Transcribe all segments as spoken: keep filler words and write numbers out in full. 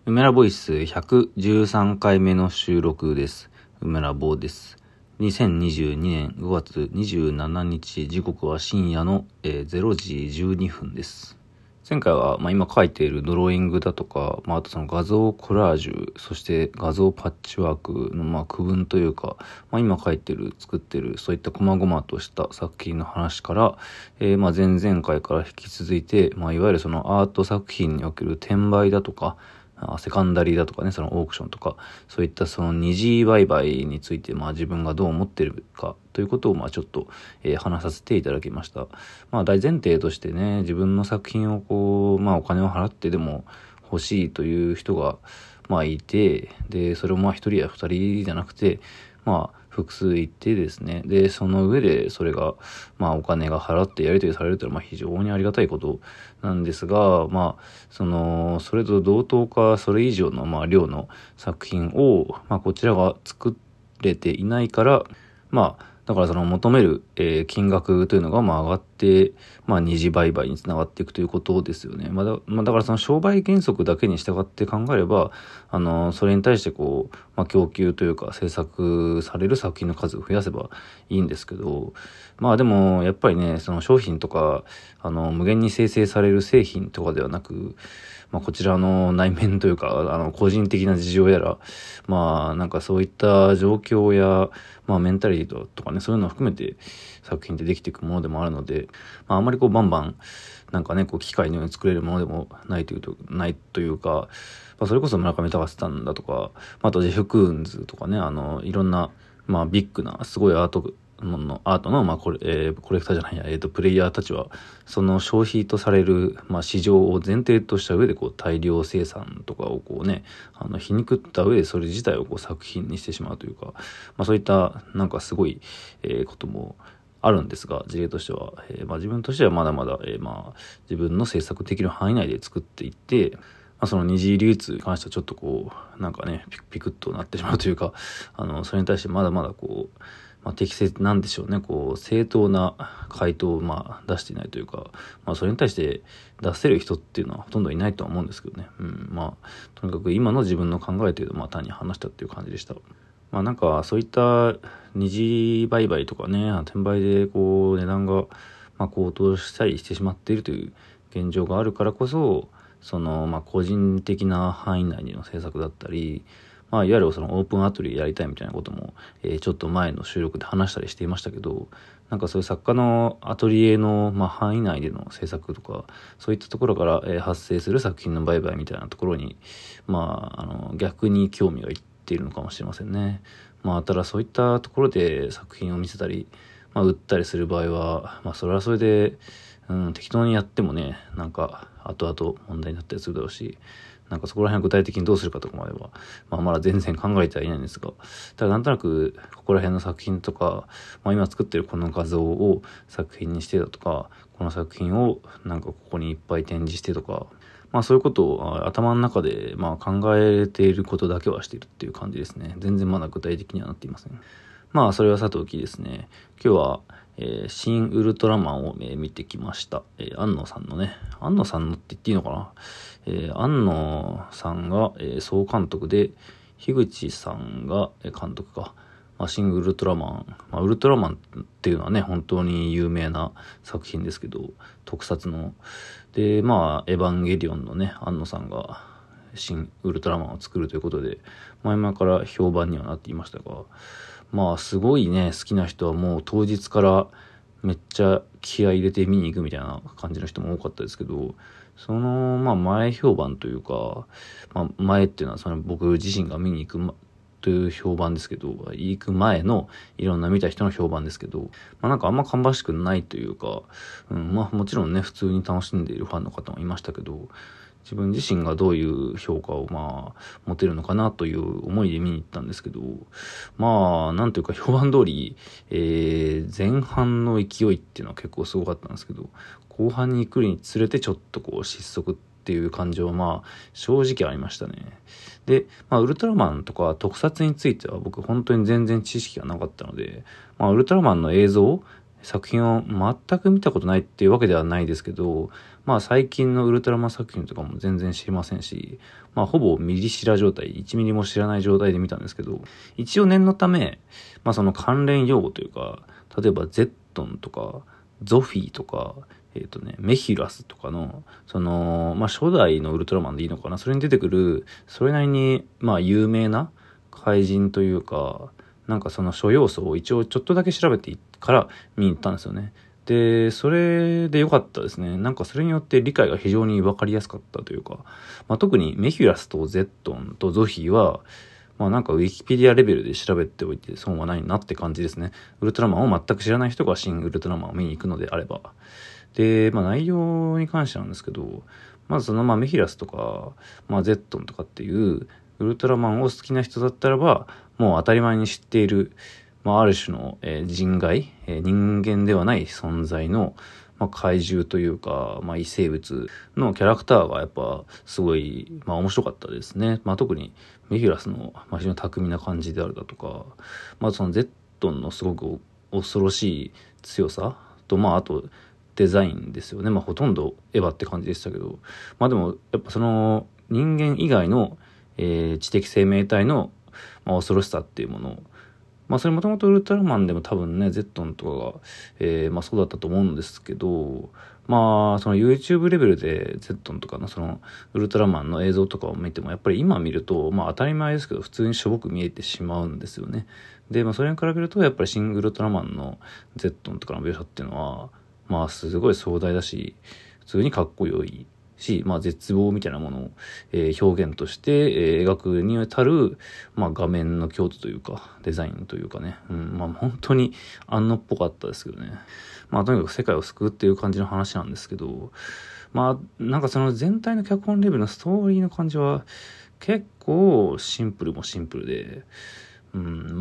梅ラボイスひゃくじゅうさんかいめの収録です。梅ラボです。にせんにじゅうにねんごがつにじゅうしちにち、時刻は深夜の、えー、れいじじゅうにふんです。前回は、まあ、今描いているドローイングだとか、まあ、あとその画像コラージュ、そして画像パッチワークのまあ区分というか、まあ、今描いてる、作ってる、そういった細々とした作品の話から、えー、まあ前々回から引き続いて、まあ、いわゆるそのアート作品における転売だとか、セカンダリーだとかね、そのオークションとか、そういったその二次売買について、まあ自分がどう思ってるかということを、まあちょっと、えー、話させていただきました。まあ大前提としてね、自分の作品をこう、まあお金を払ってでも欲しいという人が、まあいて、で、それをまあ一人や二人じゃなくて、まあ複数いてですね、で、その上でそれが、まあお金が払ってやり取りされるというのは、まあ非常にありがたいことなんですが、まあ、その、それと同等か、それ以上の、まあ量の作品を、まあこちらが作れていないから、まあ、だからその求める、えー、金額というのがまあ上がって、まあ二次売買につながっていくということですよね。まあだ、まあ、だからその商売原則だけに従って考えれば、あの、それに対してこう、まあ供給というか制作される作品の数を増やせばいいんですけど、まあでもやっぱりね、その商品とか、あの、無限に生成される製品とかではなく、まあこちらの内面というか、あの、個人的な事情やら、まあなんかそういった状況や、まあメンタリティとかね、そういうのを含めて作品ってできていくものでもあるので、まああんまりこうバンバン、なんかね、こう機械のように作れるものでもないというと、ないというか、まあそれこそ村上隆さんだとか、あとジェフ・クーンズとかね、あの、いろんな、まあビッグな、すごいアート、のアートの、まあこれ、えー、コレクターじゃないや、えっ、ー、と、プレイヤーたちは、その消費とされる、まあ市場を前提とした上で、こう、大量生産とかをこうね、あの、皮肉った上でそれ自体をこう作品にしてしまうというか、まあそういった、なんかすごい、えー、ことも、あるんですが、事例としては、えー、まあ自分としてはまだまだ、えー、まあ自分の制作できる範囲内で作っていって、まあ、その二次流通に関してはちょっとこう、なんかね、ピクピクっとなってしまうというか、あの、それに対してまだまだこう、まあ、適切なんでしょうね。こう、正当な回答をまあ出していないというか、まあそれに対して出せる人っていうのはほとんどいないとは思うんですけどね。うん、まあ、とにかく今の自分の考えというのをまあ単に話したっていう感じでした。まあなんかそういった二次売買とかね、転売でこう値段がまあ高騰したりしてしまっているという現状があるからこそ、そのまあ個人的な範囲内での制作だったり、まあ、いわゆるそのオープンアトリエやりたいみたいなことも、えー、ちょっと前の収録で話したりしていましたけど、なんかそういう作家のアトリエの、まあ、範囲内での制作とか、そういったところから、えー、発生する作品の売買みたいなところに、まあ、あの、逆に興味がいっているのかもしれませんね。まあ、ただそういったところで作品を見せたり、まあ、売ったりする場合は、まあ、それはそれで、うん、適当にやってもね、なんか、後々問題になったりするだろうし、なんかそこら辺は具体的にどうするかとかまでは、まあまだ全然考えてはいないんですが、ただなんとなくここら辺の作品とか、まあ今作ってるこの画像を作品にしてだとか、この作品をなんかここにいっぱい展示してとか、まあそういうことを頭の中でまあ考えていることだけはしているっていう感じですね。全然まだ具体的にはなっていません。まあそれはさておきですね、今日はえー、新ウルトラマンを、えー、見てきました。えー、安野さんのね、安野さんのって言っていいのかな、えー、安野さんが、えー、総監督で、樋口さんが、えー、監督か。まあ、新ウルトラマン。まあ、ウルトラマンっていうのはね、本当に有名な作品ですけど、特撮の。で、まあ、エヴァンゲリオンのね、安野さんが、新ウルトラマンを作るということで、前々から評判にはなっていましたが、まあすごいね、好きな人はもう当日からめっちゃ気合い入れて見に行くみたいな感じの人も多かったですけど、そのまあ前評判というか、まあ前っていうのはその僕自身が見に行くという評判ですけど、行く前のいろんな見た人の評判ですけど、まあなんかあんま芳しくないというか、うん、まあもちろんね、普通に楽しんでいるファンの方もいましたけど、自分自身がどういう評価をまあ持てるのかなという思いで見に行ったんですけど、まあなんというか評判通り、えー、前半の勢いっていうのは結構すごかったんですけど、後半に来るにつれてちょっとこう失速っていう感情はまあ正直ありましたね。で、まあウルトラマンとか特撮については僕本当に全然知識がなかったので、まあウルトラマンの映像作品を全く見たことないっていうわけではないですけど、まあ最近のウルトラマン作品とかも全然知りませんし、まあほぼミリ知ら状態、いちミリも知らない状態で見たんですけど、一応念のため、まあその関連用語というか、例えばゼットンとか、ゾフィーとか、えっとね、メヒュラスとかの、その、まあ初代のウルトラマンでいいのかな、それに出てくる、それなりに、まあ有名な怪人というか、なんかその諸要素を一応ちょっとだけ調べてから見に行ったんですよね。で、それで良かったですね。なんかそれによって理解が非常に分かりやすかったというか、まあ、特にメヒュラスとゼットンとゾフィーは、まあなんかウィキペディアレベルで調べておいて損はないなって感じですね。ウルトラマンを全く知らない人が新ウルトラマンを見に行くのであれば。で、まあ内容に関してなんですけど、まずそのまあメヒュラスとか、まあゼットンとかっていうウルトラマンを好きな人だったらば、もう当たり前に知っている、まあ、ある種の、えー、人外、えー、人間ではない存在の、まあ、怪獣というか、まあ、異生物のキャラクターがやっぱすごい、まあ、面白かったですね。まあ、特にメフィラスの、まあ、非常に巧みな感じであるだとか、まあ、そのゼットンのすごく恐ろしい強さと、まあ、あとデザインですよね。まあ、ほとんどエヴァって感じでしたけど、まあ、でもやっぱその人間以外の、えー、知的生命体の、まあ、恐ろしさっていうものを、まあそれもともとウルトラマンでも多分ね、ゼットンとかが、えー、まあそうだったと思うんですけど、まあその YouTube レベルでゼットンとかのそのウルトラマンの映像とかを見ても、やっぱり今見ると、まあ当たり前ですけど普通にしょぼく見えてしまうんですよね。で、まあそれに比べるとやっぱりシン・ウルトラマンのゼットンとかの描写っていうのは、まあすごい壮大だし、普通にかっこよいし、まあ、絶望みたいなものを、えー、表現として、えー、描くに至る、まあ、画面の強度というかデザインというかね、うん、まあ本当に安野っぽかったですけどね。まあとにかく世界を救うっていう感じの話なんですけど、まあなんかその全体の脚本レベルのストーリーの感じは結構シンプルもシンプルで、うん、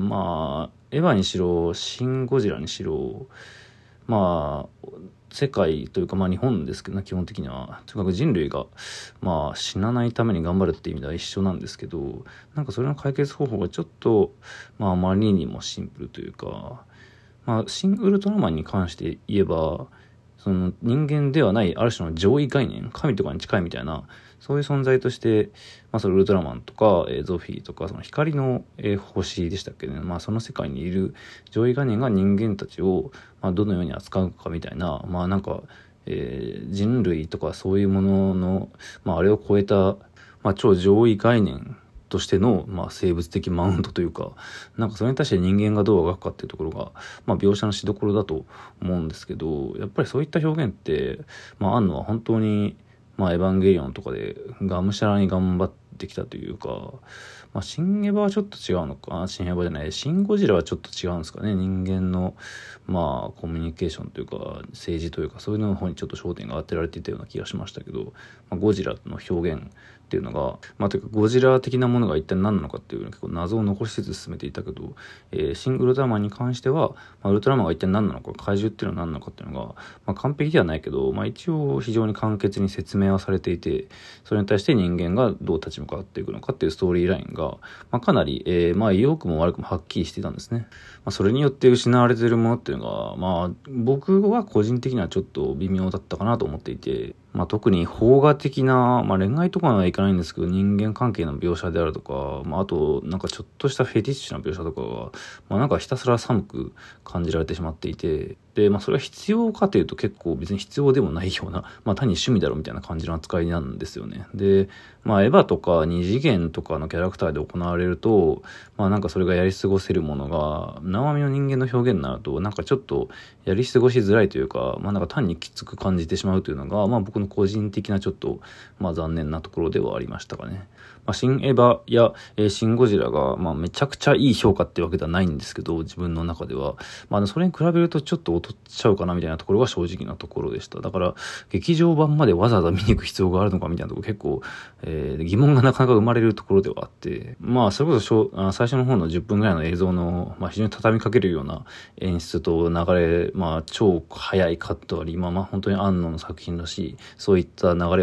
まあエヴァにしろシン・ゴジラにしろ、まあ世界というかまあ日本ですけどね、基本的にはとにかく人類がまあ死なないために頑張るっていう意味では一緒なんですけど、なんかそれの解決方法がちょっとまああまりにもシンプルというか、まあシン・ウルトラマンに関して言えば、その人間ではないある種の上位概念、神とかに近いみたいな、そういう存在として、まあ、そのウルトラマンとか、えー、ゾフィーとか、その光の、えー、星でしたっけね。まあ、その世界にいる上位概念が人間たちを、まあ、どのように扱うかみたいな、まあ、なんか、えー、人類とかそういうものの、まあ、あれを超えた、まあ、超上位概念としての、まあ、生物的マウントというか、なんかそれに対して人間がどう描くかっていうところが、まあ、描写のしどころだと思うんですけど、やっぱりそういった表現って、まあ、あんのは本当に、まあ、エヴァンゲリオンとかでがむしゃらに頑張ってきたというか、まあ、シンエヴァはちょっと違うのかな、シンエヴァじゃない、シンゴジラはちょっと違うんですかね。人間の、まあ、コミュニケーションというか、政治というか、そういうの方にちょっと焦点が当てられていたような気がしましたけど、まあ、ゴジラの表現っていうのが、まあ、というか、ゴジラ的なものが一体何なのかっていうのは結構謎を残しつつ進めていたけど、えー、シン・ウルトラマンに関しては、まあ、ウルトラマンが一体何なのか、怪獣っていうのは何なのかっていうのが、まあ、完璧ではないけど、まあ、一応非常に簡潔に説明はされていて、それに対して人間がどう立ち向かっていくのかっていうストーリーラインが、まあ、かなり、えー、まあ、良くも悪くもはっきりしていたんですね。まあ、それによって失われているものっていうのが、まあ、僕は個人的にはちょっと微妙だったかなと思っていて、まあ、特に邦画的な、まあ、恋愛とかはいかないんですけど、人間関係の描写であるとか、まあ、あと、なんかちょっとしたフェティッシュな描写とかが、まあ、なんかひたすら寒く感じられてしまっていて、で、まあ、それは必要かというと結構別に必要でもないような、まあ、単に趣味だろみたいな感じの扱いなんですよね。で、まあ、エヴァとか二次元とかのキャラクターで行われると、まあ、なんかそれがやり過ごせるものが、生身の人間の表現になると、なんかちょっとやり過ごしづらいというか、まあ、なんか単にきつく感じてしまうというのが、まあ、僕の個人的なちょっと、まあ、残念なところではありましたかね。まあ、シンエヴァや、えー、シンゴジラが、まあ、めちゃくちゃいい評価ってわけではないんですけど、自分の中では。まあ、それに比べるとちょっと劣っちゃうかなみたいなところが正直なところでした。だから、劇場版までわざわざ見に行く必要があるのかみたいなところ結構、えー、疑問がなかなか生まれるところではあって、まあ、それこそあ最初の方のじゅっぷんぐらいの映像の、まあ、非常に畳みかけるような演出と流れ、まあ、超速いカットあり、まあ、まあ、本当に庵野の作品らしい、そういった流れは、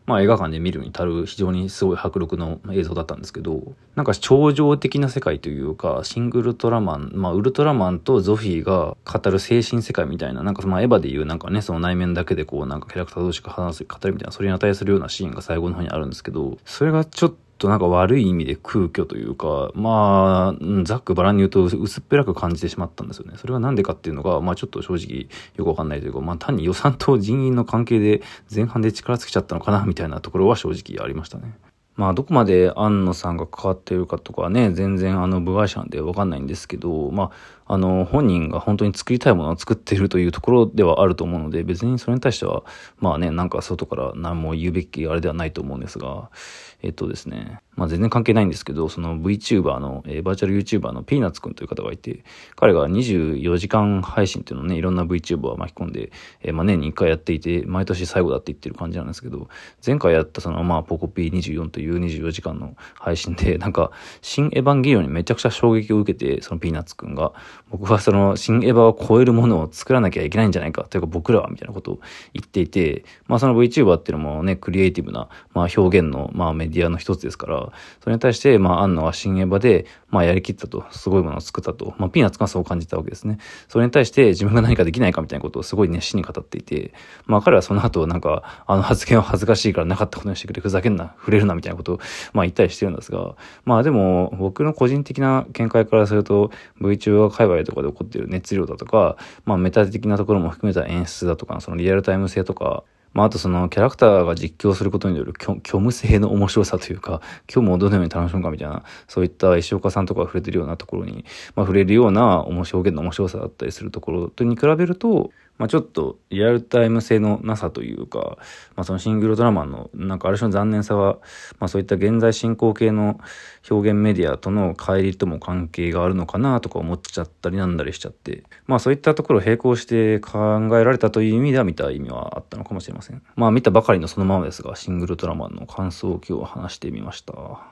まあ映画館で見るに足る非常にすごい迫力の映像だったんですけど、なんか超常的な世界というか、シングルトラマン、まあウルトラマンとゾフィーが語る精神世界みたいな、なんかまあエヴァでいうなんかね、その内面だけでこうなんかキャラクター同士が話す、語るみたいな、それに値するようなシーンが最後の方にあるんですけど、それがちょっととなんか悪い意味で空虚というか、まあ、ざっくばらんに言うと薄っぺらく感じてしまったんですよね。それはなんでかっていうのが、まあちょっと正直よくわかんないというか、まあ単に予算と人員の関係で前半で力尽きちゃったのかなみたいなところは正直ありましたね。まあどこまで庵野さんが関わっているかとかはね、全然あの部外者なんでわかんないんですけど、まああの本人が本当に作りたいものを作っているというところではあると思うので、別にそれに対してはまあね、なんか外から何も言うべきあれではないと思うんですが、えっとですね、まあ全然関係ないんですけど、その VTuber の、えー、バーチャル YouTuber のピーナッツくんという方がいて、彼がにじゅうよじかん配信っていうのをね、いろんな VTuber を巻き込んで、えー、まあ年にいっかいやっていて、毎年最後だって言ってる感じなんですけど、前回やったそのまあポコピーにじゅうよんというにじゅうよじかんの配信で、なんか、新エヴァンゲリオンにめちゃくちゃ衝撃を受けて、そのピーナッツくんが、僕はその新エヴァを超えるものを作らなきゃいけないんじゃないか、というか僕らはみたいなことを言っていて、まあその VTuber っていうのもね、クリエイティブな、まあ表現の、まあメディアの一つですから、それに対して、まあ、庵野は新エヴァで、まあ、やりきったと、すごいものを作ったと、まあ、ピーナッツがそう感じたわけですね。それに対して自分が何かできないかみたいなことをすごい熱心に語っていて、まあ、彼はその後、なんか、あの発言は恥ずかしいからなかったことにしてくれ、ふざけんな、触れるな、みたいなことを、まあ、言ったりしてるんですが、まあ、でも、僕の個人的な見解からすると、VTuber 界隈とかで起こっている熱量だとか、まあ、メタ的なところも含めた演出だとか、そのリアルタイム性とか、まあ、あとそのキャラクターが実況することによる虚虚無性の面白さというか、今日もどのように楽しむかみたいな、そういった石岡さんとかが触れてるようなところに、まあ、触れるような面白表現の面白さだったりするところとに比べると、まあ、ちょっとリアルタイム性のなさというか、まあ、そのシングルドラマのなんかある種の残念さは、まあ、そういった現在進行形の表現メディアとの乖離とも関係があるのかなとか思っちゃったりなんだりしちゃって、まあそういったところを並行して考えられたという意味では見た意味はあったのかもしれません。まあ見たばかりのそのままですが、シングルドラマの感想を今日は話してみました。